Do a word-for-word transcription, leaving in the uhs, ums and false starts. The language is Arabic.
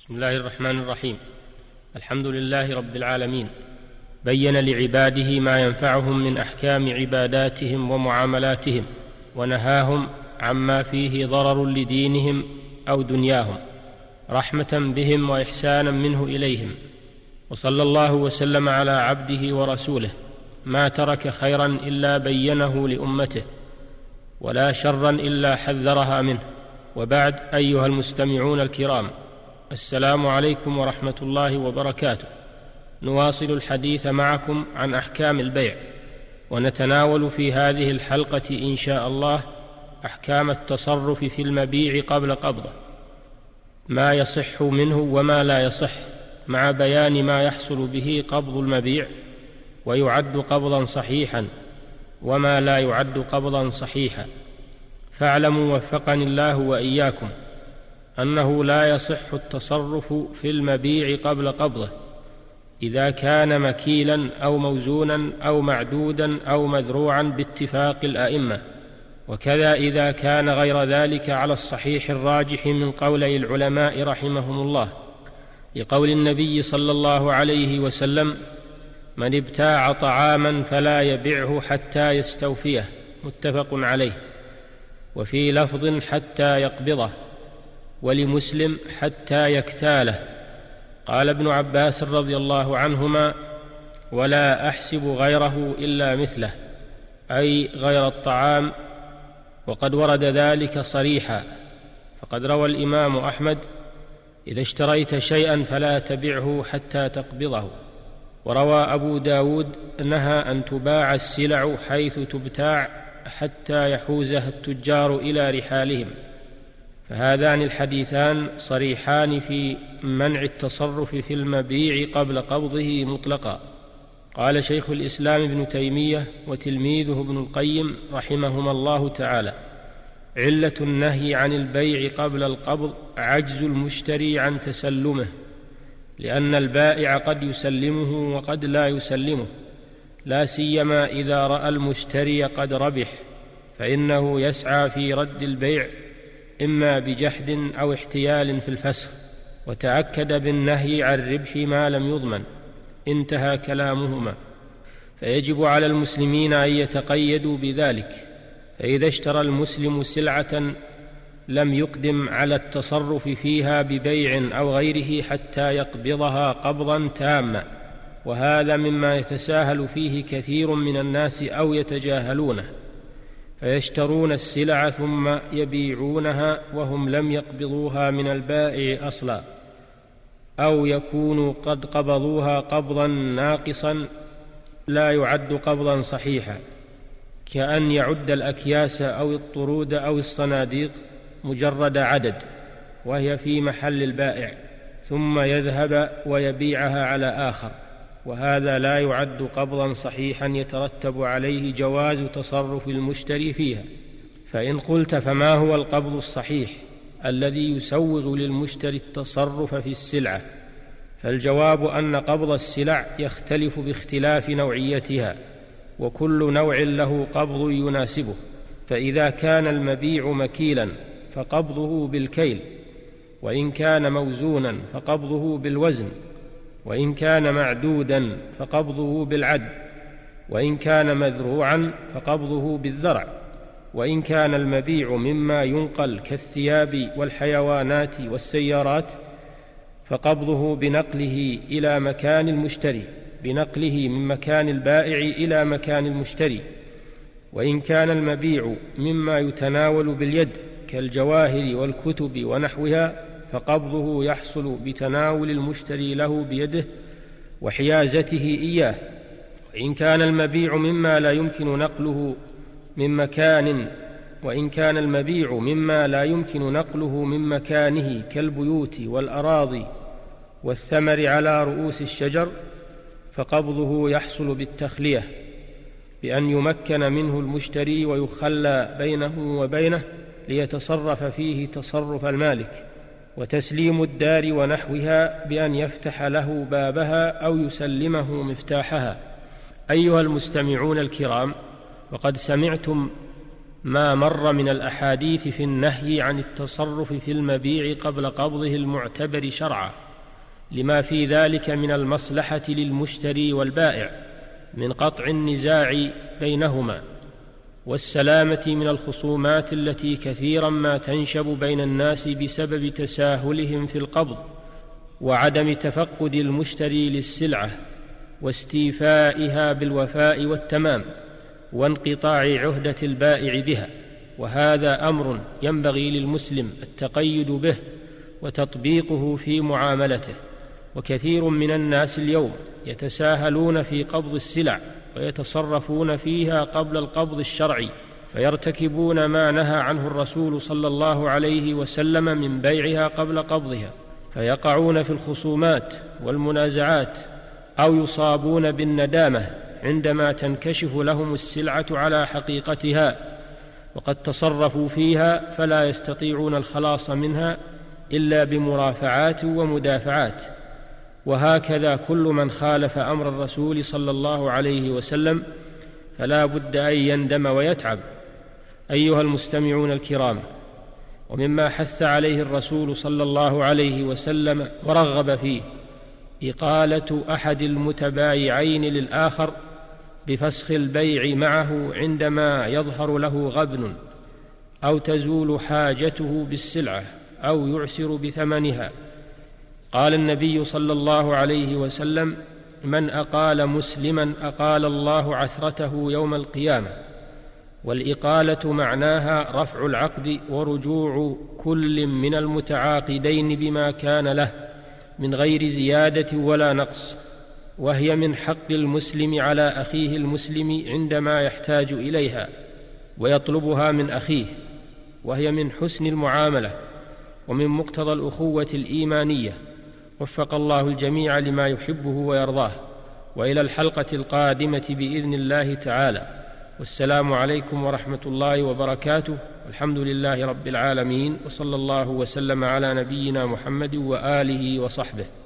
بسم الله الرحمن الرحيم. الحمد لله رب العالمين، بين لعباده ما ينفعهم من أحكام عباداتهم ومعاملاتهم، ونهاهم عما فيه ضرر لدينهم أو دنياهم، رحمة بهم وإحسانا منه إليهم. وصلى الله وسلم على عبده ورسوله، ما ترك خيرا إلا بينه لأمته، ولا شرا إلا حذرها منه. وبعد، أيها المستمعون الكرام، السلام عليكم ورحمة الله وبركاته. نواصل الحديث معكم عن أحكام البيع، ونتناول في هذه الحلقة إن شاء الله أحكام التصرف في المبيع قبل قبضه، ما يصح منه وما لا يصح، مع بيان ما يحصل به قبض المبيع ويعد قبضا صحيحا، وما لا يعد قبضا صحيحا. فاعلموا وفقني الله وإياكم أنه لا يصح التصرف في المبيع قبل قبضه إذا كان مكيلا أو موزونا أو معدودا أو مذروعا باتفاق الأئمة، وكذا إذا كان غير ذلك على الصحيح الراجح من قولي العلماء رحمهم الله، لقول النبي صلى الله عليه وسلم: من ابتاع طعاما فلا يبعه حتى يستوفيه، متفق عليه. وفي لفظ: حتى يقبضه، ولمسلم: حتى يكتاله. قال ابن عباس رضي الله عنهما: ولا أحسب غيره إلا مثله، أي غير الطعام. وقد ورد ذلك صريحا، فقد روى الإمام أحمد: إذا اشتريت شيئا فلا تبعه حتى تقبضه. وروى أبو داود: نهى أن تباع السلع حيث تبتاع حتى يحوزها التجار إلى رحالهم. فهذان الحديثان صريحان في منع التصرف في المبيع قبل قبضه مطلقا. قال شيخ الإسلام ابن تيمية وتلميذه ابن القيم رحمهما الله تعالى: علة النهي عن البيع قبل القبض عجز المشتري عن تسلمه، لأن البائع قد يسلمه وقد لا يسلمه، لا سيما إذا رأى المشتري قد ربح، فإنه يسعى في رد البيع إما بجحد أو احتيال في الفسخ، وتأكد بالنهي عن ربح ما لم يضمن. انتهى كلامهما. فيجب على المسلمين أن يتقيدوا بذلك، فإذا اشترى المسلم سلعة لم يقدم على التصرف فيها ببيع أو غيره حتى يقبضها قبضا تاما، وهذا مما يتساهل فيه كثير من الناس أو يتجاهلونه، فيشترون السلع ثم يبيعونها وهم لم يقبضوها من البائع أصلا، أو يكونوا قد قبضوها قبضا ناقصا لا يعد قبضا صحيحا، كأن يعد الأكياس أو الطرود أو الصناديق مجرد عدد وهي في محل البائع، ثم يذهب ويبيعها على آخر، وهذا لا يعد قبضا صحيحا يترتب عليه جواز تصرف المشتري فيها. فإن قلت: فما هو القبض الصحيح الذي يسوغ للمشتري التصرف في السلعة؟ فالجواب أن قبض السلع يختلف باختلاف نوعيتها، وكل نوع له قبض يناسبه. فإذا كان المبيع مكيلا فقبضه بالكيل، وإن كان موزونا فقبضه بالوزن، وإن كان معدودا فقبضه بالعد، وإن كان مذروعا فقبضه بالذرع، وإن كان المبيع مما ينقل كالثياب والحيوانات والسيارات فقبضه بنقله إلى مكان المشتري، بنقله من مكان البائع إلى مكان المشتري. وإن كان المبيع مما يتناول باليد كالجواهر والكتب ونحوها فقبضه يحصل بتناول المشتري له بيده وحيازته إياه. وإن كان المبيع مما لا يمكن نقله من مكان وإن كان المبيع مما لا يمكن نقله من مكانه كالبيوت والأراضي والثمر على رؤوس الشجر فقبضه يحصل بالتخلية، بأن يمكن منه المشتري ويخلى بينه وبينه ليتصرف فيه تصرف المالك، وتسليم الدار ونحوها بأن يفتح له بابها أو يسلمه مفتاحها. أيها المستمعون الكرام، وقد سمعتم ما مر من الأحاديث في النهي عن التصرف في المبيع قبل قبضه المعتبر شرعا، لما في ذلك من المصلحة للمشتري والبائع من قطع النزاع بينهما والسلامة من الخصومات التي كثيرا ما تنشب بين الناس بسبب تساهلهم في القبض وعدم تفقد المشتري للسلعة واستيفائها بالوفاء والتمام وانقطاع عهدة البائع بها. وهذا أمر ينبغي للمسلم التقيد به وتطبيقه في معاملته. وكثير من الناس اليوم يتساهلون في قبض السلع ويتصرفون فيها قبل القبض الشرعي، فيرتكبون ما نهى عنه الرسول صلى الله عليه وسلم من بيعها قبل قبضها، فيقعون في الخصومات والمنازعات أو يصابون بالندامة عندما تنكشف لهم السلعة على حقيقتها، وقد تصرفوا فيها فلا يستطيعون الخلاص منها إلا بمرافعات ومدافعات. وهكذا كل من خالف أمر الرسول صلى الله عليه وسلم فلا بد أن يندم ويتعب. أيها المستمعون الكرام، ومما حث عليه الرسول صلى الله عليه وسلم ورغب فيه إقالة أحد المتبايعين للآخر بفسخ البيع معه عندما يظهر له غبن أو تزول حاجته بالسلعة أو يعسر بثمنها. قال النبي صلى الله عليه وسلم: من أقال مسلما أقال الله عثرته يوم القيامة. والإقالة معناها رفع العقد ورجوع كل من المتعاقدين بما كان له من غير زيادة ولا نقص، وهي من حق المسلم على أخيه المسلم عندما يحتاج إليها ويطلبها من أخيه، وهي من حسن المعاملة ومن مقتضى الأخوة الإيمانية. وفق الله الجميع لما يحبه ويرضاه، وإلى الحلقة القادمة بإذن الله تعالى، والسلام عليكم ورحمة الله وبركاته، والحمد لله رب العالمين، وصلى الله وسلم على نبينا محمد وآله وصحبه.